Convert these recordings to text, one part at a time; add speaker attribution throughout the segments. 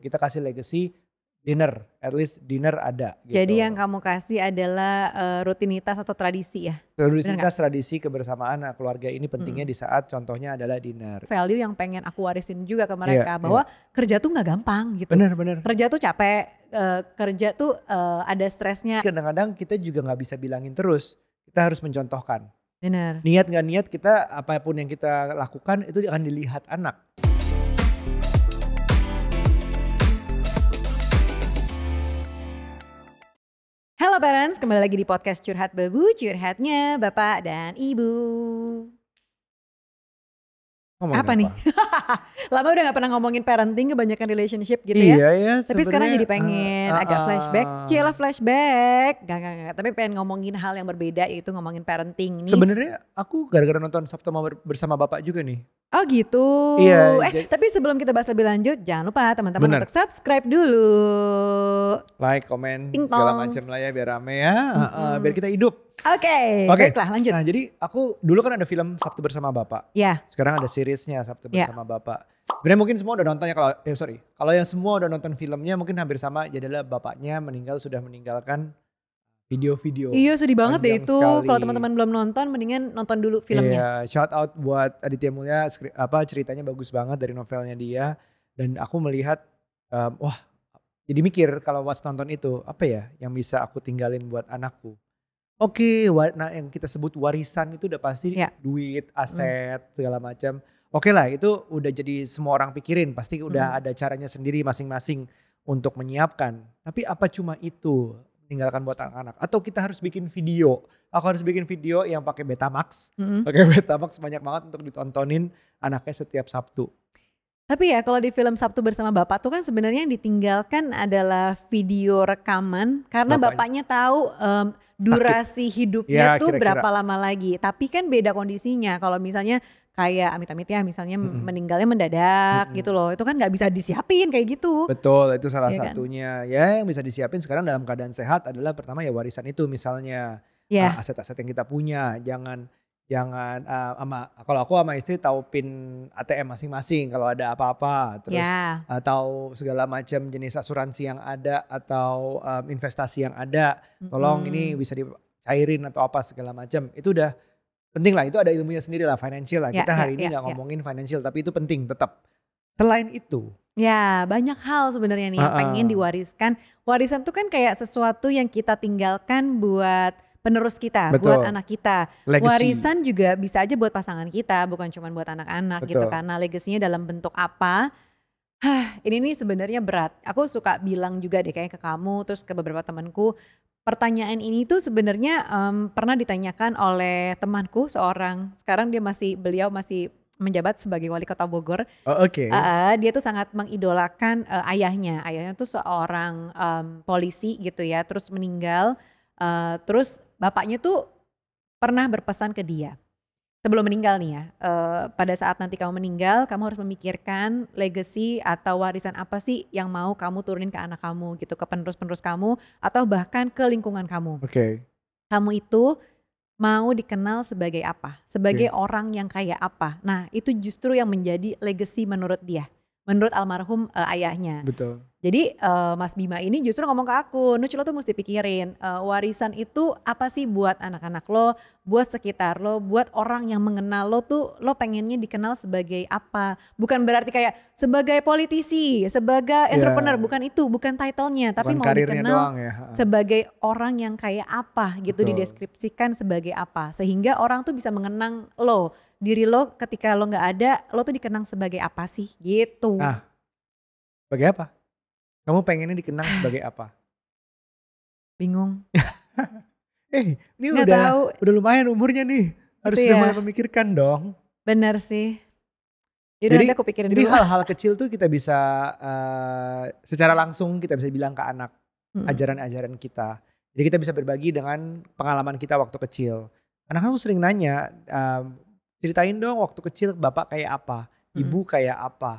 Speaker 1: kita kasih legacy dinner, at least dinner ada gitu.
Speaker 2: Jadi yang kamu kasih adalah rutinitas atau tradisi ya?
Speaker 1: Rutinitas tradisi kebersamaan keluarga ini pentingnya di saat contohnya adalah dinner.
Speaker 2: Value yang pengen aku warisin juga ke mereka bahwa kerja tuh gak gampang gitu.
Speaker 1: Bener.
Speaker 2: Kerja tuh capek, kerja tuh ada stresnya.
Speaker 1: Kadang-kadang kita juga gak bisa bilangin terus, kita harus mencontohkan.
Speaker 2: Bener.
Speaker 1: Niat gak niat kita apapun yang kita lakukan itu akan dilihat anak.
Speaker 2: Halo parents, kembali lagi di podcast Curhat Babu, curhatnya Bapak dan Ibu. Apa nih? Lama udah gak pernah ngomongin parenting, kebanyakan relationship gitu ya.
Speaker 1: Iya ya.
Speaker 2: Tapi sekarang jadi pengen agak flashback. Cila flashback. Gak. Tapi pengen ngomongin hal yang berbeda, yaitu ngomongin parenting nih.
Speaker 1: Sebenarnya aku gara-gara nonton Sabtu bersama Bapak juga nih.
Speaker 2: Oh gitu.
Speaker 1: Iya.
Speaker 2: Tapi sebelum kita bahas lebih lanjut, jangan lupa teman-teman untuk subscribe dulu.
Speaker 1: Like, komen, segala macam lah ya biar rame ya. Biar kita hidup. Oke.
Speaker 2: Baiklah lanjut.
Speaker 1: Nah jadi aku dulu kan ada film Sabtu bersama Bapak.
Speaker 2: Ya.
Speaker 1: Sekarang ada seriesnya Sabtu bersama Bapak. Sebenarnya mungkin semua udah nontonnya kalau yang semua udah nonton filmnya mungkin hampir sama. Jadi adalah bapaknya sudah meninggalkan video-video.
Speaker 2: Iya sedih banget deh itu. Kalau teman-teman belum nonton mendingan nonton dulu filmnya.
Speaker 1: Iya, shout out buat Aditya Mulya, ceritanya bagus banget dari novelnya dia. Dan aku melihat jadi mikir kalau pas nonton itu apa ya yang bisa aku tinggalin buat anakku. Oke, nah yang kita sebut warisan itu udah pasti duit, aset, segala macam. Oke lah, itu udah jadi semua orang pikirin. Pasti udah ada caranya sendiri masing-masing untuk menyiapkan. Tapi apa cuma itu meninggalkan buat anak-anak? Atau kita harus bikin video? Aku harus bikin video yang pakai Betamax. Pakai Betamax banyak banget untuk ditontonin anaknya setiap Sabtu.
Speaker 2: Tapi ya kalau di film Sabtu bersama Bapak tuh kan sebenarnya yang ditinggalkan adalah video rekaman. Karena bapaknya tahu durasi hidupnya tuh berapa lama lagi. Tapi kan beda kondisinya. Kalau misalnya kayak amit-amit ya misalnya meninggalnya mendadak gitu loh. Itu kan gak bisa disiapin kayak gitu.
Speaker 1: Betul, itu salah satunya. Kan? Ya yang bisa disiapin sekarang dalam keadaan sehat adalah pertama ya warisan itu misalnya. Aset-aset yang kita punya. Jangan kalau aku sama istri tahu pin ATM masing-masing kalau ada apa-apa. Terus atau segala macam jenis asuransi yang ada atau investasi yang ada. Tolong ini bisa dicairin atau apa segala macam. Itu udah penting lah, itu ada ilmunya sendiri lah, financial lah. Kita hari ini gak ngomongin financial, tapi itu penting tetap. Selain itu.
Speaker 2: Ya banyak hal sebenarnya nih yang pengen diwariskan. Warisan tuh kan kayak sesuatu yang kita tinggalkan buat penerus kita, buat anak kita. Legacy. Warisan juga bisa aja buat pasangan kita, bukan cuma buat anak-anak gitu. Karena legasinya dalam bentuk apa. Ini nih sebenarnya berat. Aku suka bilang juga deh kayak ke kamu, terus ke beberapa temanku. Pertanyaan ini tuh sebenarnya pernah ditanyakan oleh temanku seorang. Sekarang beliau masih menjabat sebagai wali kota Bogor. Dia tuh sangat mengidolakan ayahnya. Ayahnya tuh seorang polisi gitu ya, terus meninggal. Terus bapaknya tuh pernah berpesan ke dia sebelum meninggal nih ya, pada saat nanti kamu meninggal kamu harus memikirkan legacy atau warisan apa sih yang mau kamu turunin ke anak kamu gitu, ke penerus-penerus kamu atau bahkan ke lingkungan kamu. Kamu itu mau dikenal sebagai apa, sebagai orang yang kayak apa. Nah itu justru yang menjadi legacy menurut dia, menurut almarhum ayahnya.
Speaker 1: Betul.
Speaker 2: Jadi Mas Bima ini justru ngomong ke aku, Nuch lo tuh mesti pikirin warisan itu apa sih buat anak-anak lo, buat sekitar lo, buat orang yang mengenal lo tuh lo pengennya dikenal sebagai apa. Bukan berarti kayak sebagai politisi, sebagai entrepreneur, bukan itu, bukan title-nya. Tapi mau dikenal sebagai orang yang kayak apa gitu, dideskripsikan sebagai apa. Sehingga orang tuh bisa mengenang lo, diri lo ketika lo gak ada, lo tuh dikenang sebagai apa sih gitu.
Speaker 1: Nah, sebagai apa? Kamu pengennya dikenang sebagai apa?
Speaker 2: Bingung.
Speaker 1: Ini udah lumayan umurnya nih. Harus udah mulai memikirkan dong.
Speaker 2: Benar sih. Jadi nanti aku pikirin dulu.
Speaker 1: Jadi hal-hal kecil tuh kita bisa secara langsung kita bisa bilang ke anak ajaran-ajaran kita. Jadi kita bisa berbagi dengan pengalaman kita waktu kecil. Anak-anak tuh sering nanya, ceritain dong waktu kecil bapak kayak apa, ibu kayak apa.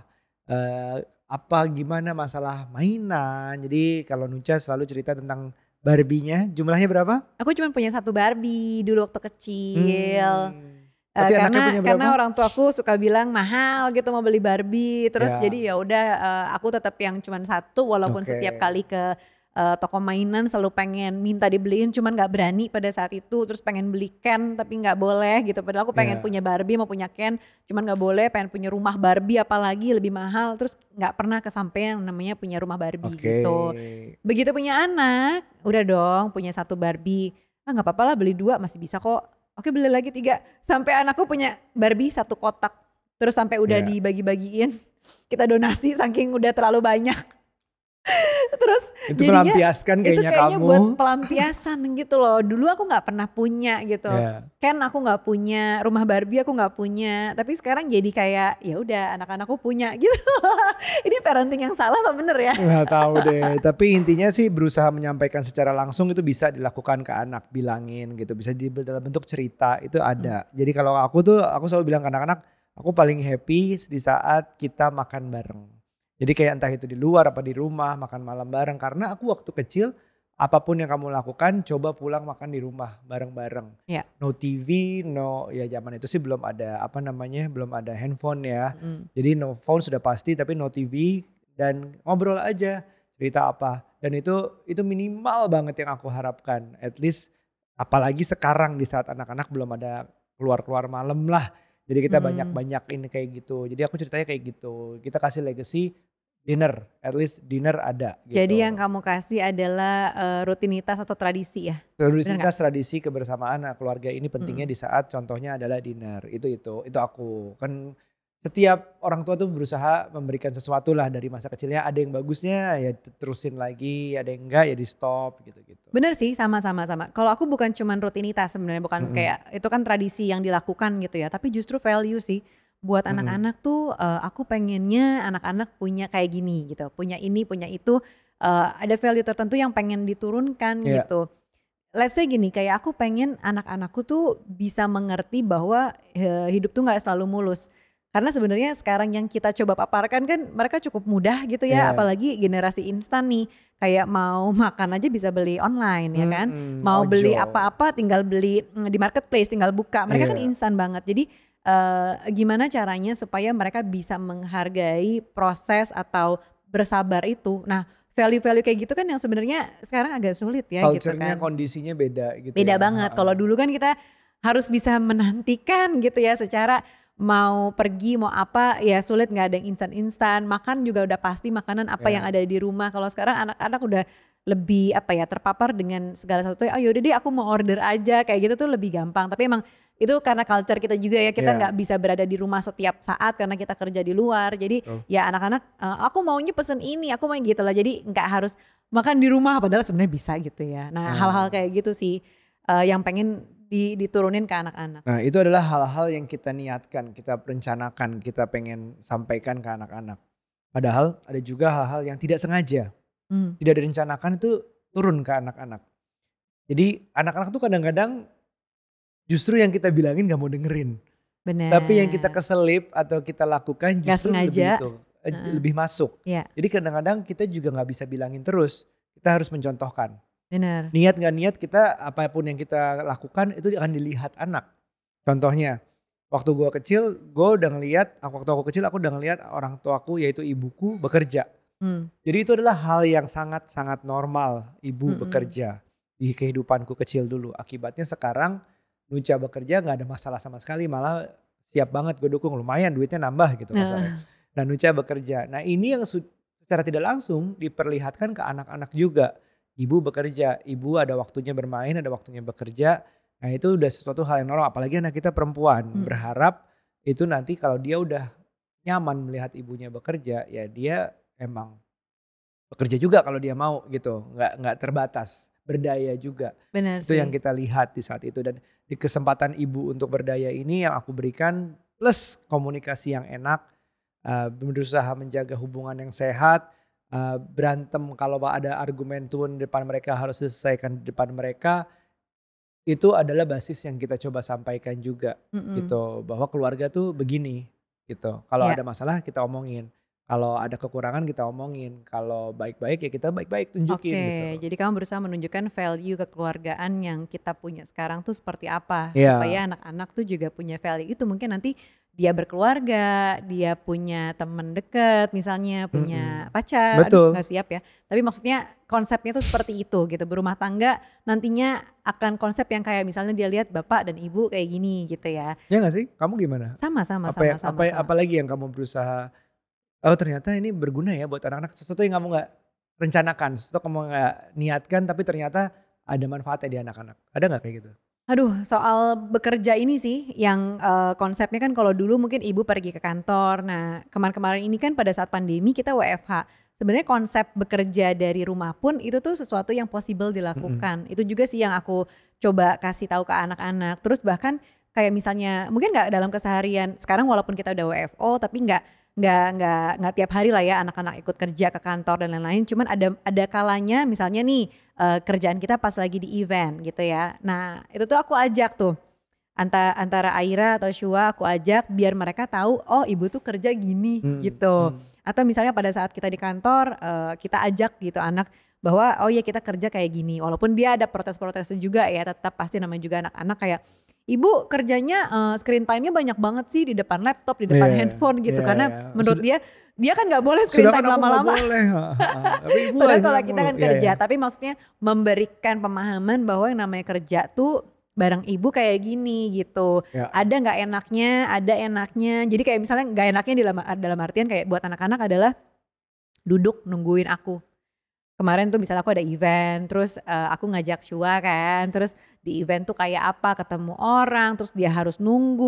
Speaker 1: Gimana masalah mainan. Jadi kalau Nucha selalu cerita tentang Barbie-nya, jumlahnya berapa?
Speaker 2: Aku cuma punya 1 Barbie dulu waktu kecil.
Speaker 1: Tapi anaknya punya berapa?
Speaker 2: Karena orang tuaku suka bilang mahal gitu mau beli Barbie, terus jadi ya udah aku tetap yang cuma satu, walaupun setiap kali ke toko mainan selalu pengen minta dibeliin, cuman nggak berani pada saat itu, terus pengen beli Ken tapi nggak boleh gitu. Padahal aku pengen punya Barbie, mau punya Ken, cuman nggak boleh. Pengen punya rumah Barbie apalagi lebih mahal, terus nggak pernah kesampaian namanya punya rumah Barbie gitu. Begitu punya anak, udah dong punya satu Barbie, nggak apa-apa lah beli 2 masih bisa kok. Oke beli lagi 3, sampai anakku punya Barbie 1 kotak. Terus sampai udah dibagi-bagiin, kita donasi saking udah terlalu banyak. Terus
Speaker 1: itu melampiaskan kayaknya,
Speaker 2: itu kayaknya
Speaker 1: kamu
Speaker 2: buat pelampiasan gitu loh. Dulu aku gak pernah punya gitu. Kan aku gak punya, rumah Barbie aku gak punya. Tapi sekarang jadi kayak ya udah anak-anakku punya gitu. Ini parenting yang salah apa bener ya?
Speaker 1: Nggak tahu deh. Tapi intinya sih berusaha menyampaikan secara langsung itu bisa dilakukan ke anak, bilangin gitu. Bisa dalam bentuk cerita itu ada. Jadi kalau aku selalu bilang ke anak-anak, aku paling happy di saat kita makan bareng. Jadi kayak entah itu di luar apa di rumah, makan malam bareng. Karena aku waktu kecil apapun yang kamu lakukan coba pulang makan di rumah bareng-bareng. No TV, ya zaman itu sih belum ada belum ada handphone ya. Jadi no phone sudah pasti, tapi no TV dan ngobrol aja, cerita apa. Dan itu minimal banget yang aku harapkan. At least apalagi sekarang di saat anak-anak belum ada keluar-keluar malam lah. Jadi kita banyak-banyakin kayak gitu. Jadi aku ceritanya kayak gitu. Kita kasih legacy dinner, at least dinner ada gitu.
Speaker 2: Jadi yang kamu kasih adalah rutinitas atau tradisi ya?
Speaker 1: Rutinitas, tradisi, kebersamaan keluarga ini pentingnya di saat contohnya adalah dinner. Itu aku. Kan setiap orang tua tuh berusaha memberikan sesuatu lah dari masa kecilnya. Ada yang bagusnya ya terusin lagi, ada yang enggak ya di stop gitu-gitu.
Speaker 2: Bener sih, sama. Kalau aku bukan cuman rutinitas sebenarnya, bukan kayak itu kan tradisi yang dilakukan gitu ya. Tapi justru value sih. Buat anak-anak tuh aku pengennya anak-anak punya kayak gini gitu. Punya ini, punya itu. Ada value tertentu yang pengen diturunkan gitu. Let's say gini, kayak aku pengen anak-anakku tuh bisa mengerti bahwa hidup tuh gak selalu mulus. Karena sebenarnya sekarang yang kita coba paparkan kan mereka cukup mudah gitu ya, apalagi generasi instan nih. Kayak mau makan aja bisa beli online ya kan. Mau beli apa-apa tinggal beli di marketplace, tinggal buka. Mereka kan instan banget. Jadi gimana caranya supaya mereka bisa menghargai proses atau bersabar itu. Nah value-value kayak gitu kan yang sebenarnya sekarang agak sulit ya gitu kan.
Speaker 1: Culture-nya kondisinya beda gitu.
Speaker 2: Beda banget. Kalau dulu kan kita harus bisa menantikan gitu ya, secara mau pergi mau apa ya sulit, nggak ada yang instan-instan. Makan juga udah pasti makanan apa yang ada di rumah. Kalau sekarang anak-anak udah lebih terpapar dengan segala sesuatu. Oh yaudah deh aku mau order aja, kayak gitu tuh lebih gampang. Tapi emang itu karena culture kita juga ya, kita nggak bisa berada di rumah setiap saat karena kita kerja di luar. Jadi ya anak-anak aku maunya pesen ini, aku mau gitu lah. Jadi nggak harus makan di rumah padahal sebenarnya bisa gitu ya. Nah hal-hal kayak gitu sih yang pengen diturunin ke anak-anak.
Speaker 1: Nah itu adalah hal-hal yang kita niatkan, kita rencanakan, kita pengen sampaikan ke anak-anak. Padahal ada juga hal-hal yang tidak sengaja, tidak direncanakan itu turun ke anak-anak. Jadi anak-anak tuh kadang-kadang justru yang kita bilangin gak mau dengerin.
Speaker 2: Bener.
Speaker 1: Tapi yang kita keselip atau kita lakukan justru lebih masuk. Jadi kadang-kadang kita juga gak bisa bilangin terus, kita harus mencontohkan.
Speaker 2: Benar.
Speaker 1: Niat gak niat kita apapun yang kita lakukan itu akan dilihat anak. Contohnya waktu gue kecil waktu aku kecil aku udah ngeliat orang tuaku yaitu ibuku bekerja. Jadi itu adalah hal yang sangat-sangat normal ibu bekerja di kehidupanku kecil dulu. Akibatnya sekarang Nucha bekerja gak ada masalah sama sekali, malah siap banget gue dukung, lumayan duitnya nambah gitu kasarnya. Nah Nucha bekerja. Nah ini yang secara tidak langsung diperlihatkan ke anak-anak juga. Ibu bekerja, ibu ada waktunya bermain, ada waktunya bekerja. Nah itu udah sesuatu hal yang normal, apalagi anak kita perempuan. Berharap itu nanti kalau dia udah nyaman melihat ibunya bekerja, ya dia emang bekerja juga kalau dia mau gitu. Nggak terbatas, berdaya juga.
Speaker 2: Benar
Speaker 1: itu
Speaker 2: sih.
Speaker 1: Yang kita lihat di saat itu. Dan di kesempatan ibu untuk berdaya ini yang aku berikan, plus komunikasi yang enak, berusaha menjaga hubungan yang sehat, berantem kalau ada argumen tuh di depan mereka harus diselesaikan di depan mereka, itu adalah basis yang kita coba sampaikan juga gitu, bahwa keluarga tuh begini gitu, kalau ada masalah kita omongin. Kalau ada kekurangan kita omongin, kalau baik-baik ya kita baik-baik tunjukin gitu.
Speaker 2: Jadi kamu berusaha menunjukkan value kekeluargaan yang kita punya sekarang tuh seperti apa,
Speaker 1: Iya.
Speaker 2: supaya anak-anak tuh juga punya value itu. Mungkin nanti dia berkeluarga, dia punya teman dekat misalnya, punya pacar, aduh
Speaker 1: Betul.
Speaker 2: nggak siap ya. Tapi maksudnya konsepnya tuh seperti itu gitu, berumah tangga nantinya akan konsep yang kayak misalnya dia lihat bapak dan ibu kayak gini gitu ya.
Speaker 1: Ya nggak sih? Kamu gimana?
Speaker 2: Sama.
Speaker 1: Apalagi yang kamu berusaha, oh ternyata ini berguna ya buat anak-anak, sesuatu yang kamu nggak rencanakan, sesuatu kamu nggak niatkan tapi ternyata ada manfaatnya di anak-anak. Ada nggak kayak gitu?
Speaker 2: Aduh, soal bekerja ini sih yang konsepnya kan kalau dulu mungkin ibu pergi ke kantor. Nah, kemarin-kemarin ini kan pada saat pandemi kita WFH. Sebenarnya konsep bekerja dari rumah pun itu tuh sesuatu yang possible dilakukan. Itu juga sih yang aku coba kasih tahu ke anak-anak. Terus bahkan kayak misalnya mungkin nggak dalam keseharian sekarang walaupun kita udah WFO tapi nggak tiap hari lah ya anak-anak ikut kerja ke kantor dan lain-lain. Cuman ada kalanya misalnya nih kerjaan kita pas lagi di event gitu ya. Nah itu tuh aku ajak tuh antara Aira atau Shua aku ajak biar mereka tahu oh ibu tuh kerja gini gitu. Atau misalnya pada saat kita di kantor kita ajak gitu anak bahwa oh ya kita kerja kayak gini. Walaupun dia ada protes-protes juga ya tetap pasti namanya juga anak-anak kayak ibu kerjanya screen time-nya banyak banget sih di depan laptop, di depan handphone gitu. Karena menurut dia kan gak boleh screen time lama-lama. Padahal kalau kita kan kerja, tapi maksudnya memberikan pemahaman bahwa yang namanya kerja tuh bareng ibu kayak gini gitu. Ada gak enaknya, ada enaknya. Jadi kayak misalnya gak enaknya dalam artian kayak buat anak-anak adalah duduk nungguin aku. Kemarin tuh misalnya aku ada event, terus aku ngajak Shua kan, terus di event tuh kayak apa, ketemu orang, terus dia harus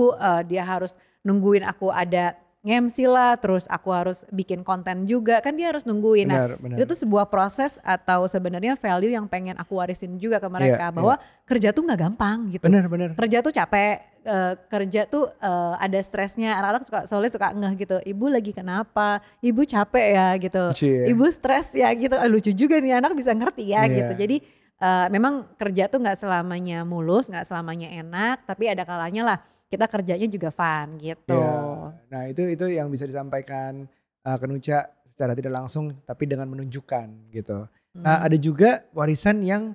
Speaker 2: nungguin aku ada nge-MC lah, terus aku harus bikin konten juga, kan dia harus nungguin. Nah itu tuh sebuah proses atau sebenarnya value yang pengen aku warisin juga ke mereka, bahwa kerja tuh gak gampang gitu. Kerja tuh capek, kerja tuh ada stresnya, anak-anak soalnya suka ngeh gitu, ibu lagi kenapa, ibu capek ya gitu, ibu stres ya gitu, lucu juga nih anak bisa ngerti ya gitu. Jadi memang kerja tuh gak selamanya mulus, gak selamanya enak, tapi ada kalanya lah kita kerjanya juga fun gitu.
Speaker 1: Nah itu yang bisa disampaikan ke Nucha secara tidak langsung tapi dengan menunjukkan gitu. Nah ada juga warisan yang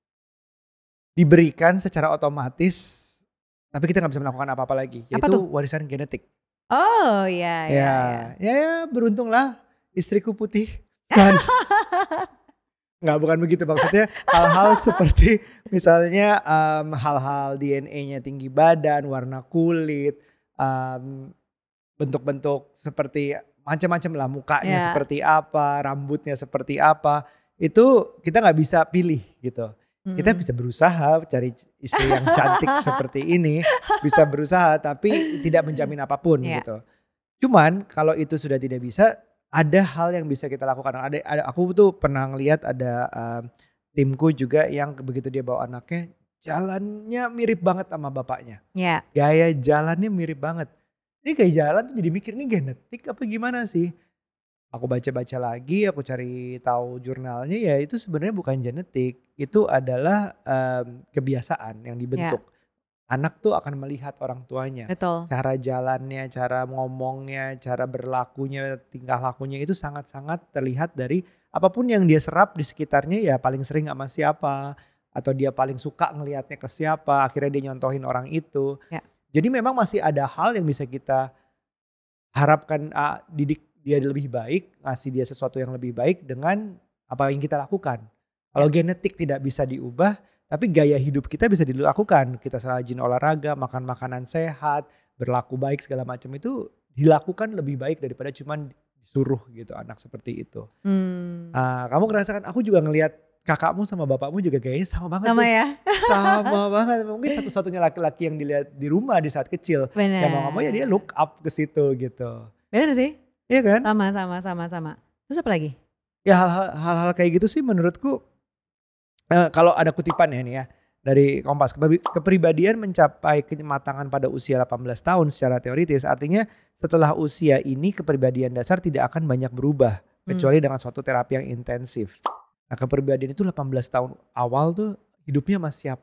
Speaker 1: diberikan secara otomatis tapi kita gak bisa melakukan apa-apa lagi, yaitu warisan genetik.
Speaker 2: Oh iya.
Speaker 1: Ya beruntunglah istriku putih kan. Nggak, bukan begitu maksudnya, hal-hal seperti misalnya hal-hal DNA-nya tinggi badan, warna kulit, bentuk-bentuk seperti macam-macam lah, mukanya seperti apa, rambutnya seperti apa, itu kita nggak bisa pilih gitu. Kita bisa berusaha cari istri yang cantik seperti ini, bisa berusaha tapi tidak menjamin apapun gitu. Cuman kalau itu sudah tidak bisa, ada hal yang bisa kita lakukan. Aku tuh pernah ngeliat ada timku juga yang begitu dia bawa anaknya, jalannya mirip banget sama bapaknya. Gaya jalannya mirip banget. Ini kayak jalan tuh jadi mikir, ini genetik apa gimana sih? Aku baca-baca lagi, aku cari tahu jurnalnya, ya itu sebenarnya bukan genetik. Itu adalah kebiasaan yang dibentuk. Anak tuh akan melihat orang tuanya. Cara jalannya, cara ngomongnya, cara berlakunya, tingkah lakunya itu sangat-sangat terlihat dari apapun yang dia serap di sekitarnya, ya paling sering sama siapa. Atau dia paling suka ngelihatnya ke siapa, akhirnya dia nyontohin orang itu. Jadi memang masih ada hal yang bisa kita harapkan didik dia lebih baik, ngasih dia sesuatu yang lebih baik dengan apa yang kita lakukan. Kalau genetik tidak bisa diubah, tapi gaya hidup kita bisa dilakukan. Kita rajin olahraga, makan makanan sehat, berlaku baik segala macam itu dilakukan lebih baik daripada cuman disuruh gitu anak seperti itu. Kamu ngerasakan, aku juga ngelihat kakakmu sama bapakmu juga kayaknya sama banget
Speaker 2: sama
Speaker 1: tuh.
Speaker 2: Ya?
Speaker 1: Sama banget, mungkin satu-satunya laki-laki yang dilihat di rumah di saat kecil.
Speaker 2: Bener.
Speaker 1: Ya mau gak mau ya dia look up ke situ gitu.
Speaker 2: Bener sih.
Speaker 1: Iya kan?
Speaker 2: Sama. Terus apa lagi?
Speaker 1: Ya hal-hal kayak gitu sih menurutku. Kalau ada kutipannya nih ya dari Kompas, kepribadian mencapai kematangan pada usia 18 tahun secara teoritis, artinya setelah usia ini kepribadian dasar tidak akan banyak berubah kecuali dengan suatu terapi yang intensif. Nah kepribadian itu 18 tahun awal tuh hidupnya sama siapa?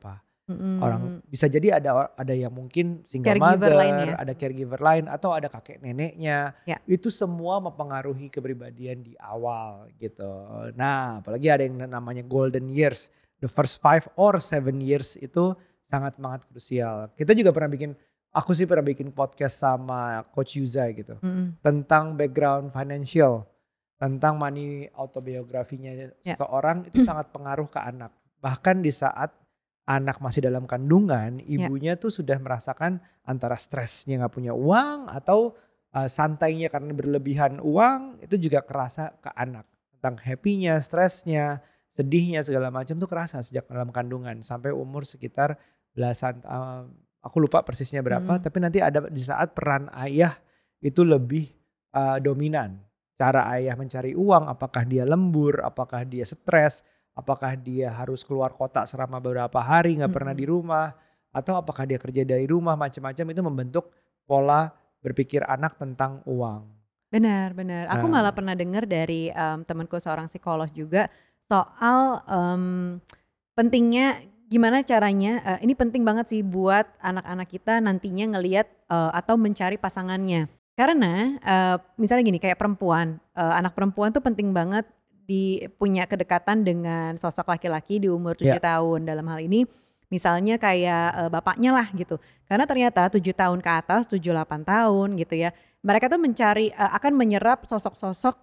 Speaker 1: Orang bisa jadi ada yang mungkin single
Speaker 2: caregiver
Speaker 1: mother, ada caregiver lain atau ada kakek neneknya.
Speaker 2: Ya.
Speaker 1: Itu semua mempengaruhi kepribadian di awal gitu. Nah, apalagi ada yang namanya golden years. The first 5 or 7 years itu sangat krusial. Kita juga aku sih pernah bikin podcast sama Coach Yuzai gitu. Tentang background financial, tentang money autobiografinya seseorang itu sangat pengaruh ke anak. Bahkan di saat anak masih dalam kandungan, ibunya tuh sudah merasakan antara stresnya gak punya uang atau santainya karena berlebihan uang, itu juga kerasa ke anak. Tentang happy-nya, stresnya, sedihnya segala macam tuh kerasa sejak dalam kandungan sampai umur sekitar belasan aku lupa persisnya berapa, tapi nanti ada di saat peran ayah itu lebih dominan. Cara ayah mencari uang, apakah dia lembur, apakah dia stres, apakah dia harus keluar kota selama beberapa hari gak pernah di rumah, atau apakah dia kerja dari rumah, macam-macam itu membentuk pola berpikir anak tentang uang.
Speaker 2: Benar. Aku malah pernah dengar dari temanku seorang psikolog juga soal pentingnya gimana caranya, ini penting banget sih buat anak-anak kita nantinya ngelihat atau mencari pasangannya. Karena misalnya gini, kayak perempuan, anak perempuan tuh penting banget punya kedekatan dengan sosok laki-laki di umur 7 tahun. Dalam hal ini misalnya kayak bapaknya lah gitu. Karena ternyata 7 tahun ke atas, 7-8 tahun gitu ya. Mereka tuh akan menyerap sosok-sosok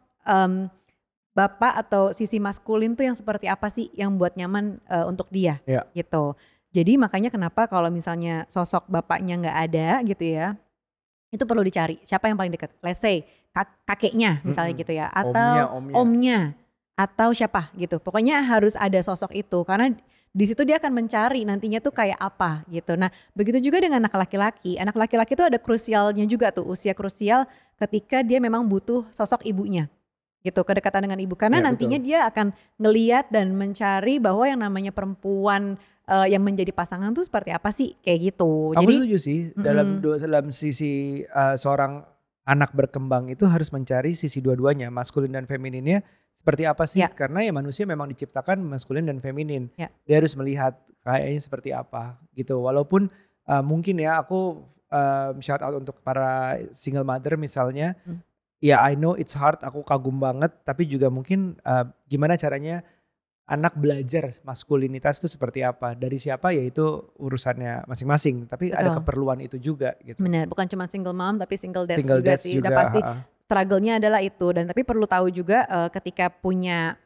Speaker 2: bapak atau sisi maskulin tuh yang seperti apa sih yang buat nyaman untuk dia gitu. Jadi makanya kenapa kalau misalnya sosok bapaknya gak ada gitu ya, itu perlu dicari siapa yang paling dekat. Let's say kakeknya misalnya gitu ya, atau omnya. Atau siapa gitu. Pokoknya harus ada sosok itu karena di situ dia akan mencari nantinya tuh kayak apa gitu. Nah, begitu juga dengan anak laki-laki. Anak laki-laki tuh ada krusialnya juga tuh, usia krusial ketika dia memang butuh sosok ibunya. Gitu, kedekatan dengan ibu karena nantinya dia akan ngeliat dan mencari bahwa yang namanya perempuan yang menjadi pasangan tuh seperti apa sih kayak gitu.
Speaker 1: Aku setuju sih dalam sisi seorang anak berkembang itu harus mencari sisi dua-duanya, maskulin dan femininnya seperti apa sih? Karena ya manusia memang diciptakan maskulin dan feminin. Dia harus melihat kayaknya seperti apa gitu. Walaupun mungkin ya aku shout out untuk para single mother misalnya. Ya I know it's hard, aku kagum banget. Tapi juga mungkin gimana caranya anak belajar maskulinitas itu seperti apa. Dari siapa ya itu urusannya masing-masing. Tapi ada keperluan itu juga gitu.
Speaker 2: Benar, bukan cuma single mom tapi single dads juga sih. Udah pasti struggle-nya adalah itu. Dan tapi perlu tahu juga ketika punya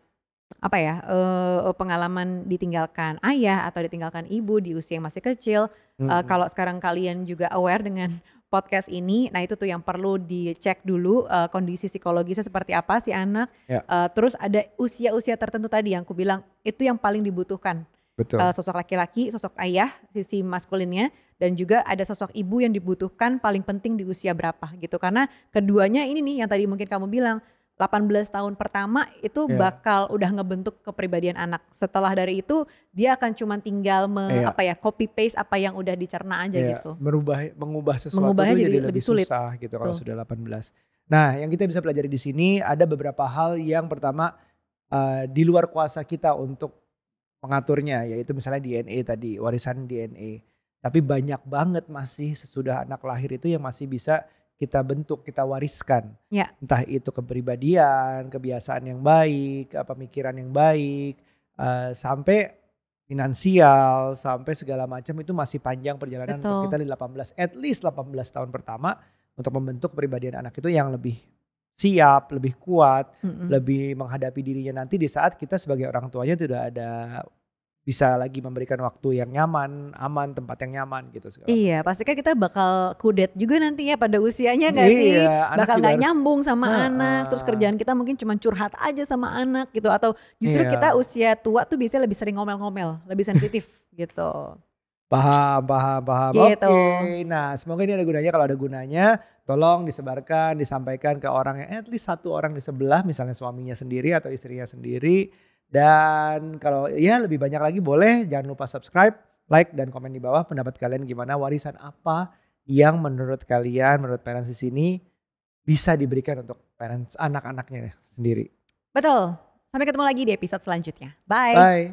Speaker 2: pengalaman ditinggalkan ayah atau ditinggalkan ibu di usia yang masih kecil. Kalau sekarang kalian juga aware dengan podcast ini, nah itu tuh yang perlu dicek dulu kondisi psikologisnya seperti apa si anak. Terus ada usia-usia tertentu tadi yang aku bilang itu yang paling dibutuhkan. Sosok laki-laki, sosok ayah, sisi maskulinnya, dan juga ada sosok ibu yang dibutuhkan paling penting di usia berapa gitu. Karena keduanya ini nih yang tadi mungkin kamu bilang 18 tahun pertama itu bakal udah ngebentuk kepribadian anak. Setelah dari itu dia akan cuma tinggal copy paste apa yang udah dicerna aja gitu.
Speaker 1: Mengubah sesuatu itu jadi lebih sulit. Susah gitu kalau sudah 18. Nah, yang kita bisa pelajari di sini ada beberapa hal yang pertama di luar kuasa kita untuk mengaturnya, yaitu misalnya DNA tadi, warisan DNA. Tapi banyak banget masih sesudah anak lahir itu yang masih bisa kita bentuk, kita wariskan. Entah itu kepribadian, kebiasaan yang baik, pemikiran yang baik, sampai finansial, sampai segala macam itu masih panjang perjalanan untuk kita di at least 18 tahun pertama untuk membentuk kepribadian anak itu yang lebih siap, lebih kuat, lebih menghadapi dirinya nanti di saat kita sebagai orang tuanya tidak ada bisa lagi memberikan waktu yang nyaman, aman, tempat yang nyaman gitu.
Speaker 2: Iya, pasti kan kita bakal kudet juga nanti ya pada usianya gak sih? Bakal gak nyambung sama anak, terus kerjaan kita mungkin cuma curhat aja sama anak gitu. Atau justru kita usia tua tuh biasanya lebih sering ngomel-ngomel, lebih sensitif gitu.
Speaker 1: Paham.
Speaker 2: Gitu.
Speaker 1: Oke, nah semoga ini ada gunanya. Kalau ada gunanya tolong disebarkan, disampaikan ke orang yang at least satu orang di sebelah, misalnya suaminya sendiri atau istrinya sendiri. Dan kalau ya lebih banyak lagi boleh, jangan lupa subscribe, like, dan komen di bawah pendapat kalian gimana, warisan apa yang menurut kalian, menurut parents di sini bisa diberikan untuk parents anak-anaknya sendiri.
Speaker 2: Betul, sampai ketemu lagi di episode selanjutnya. Bye.
Speaker 1: Bye.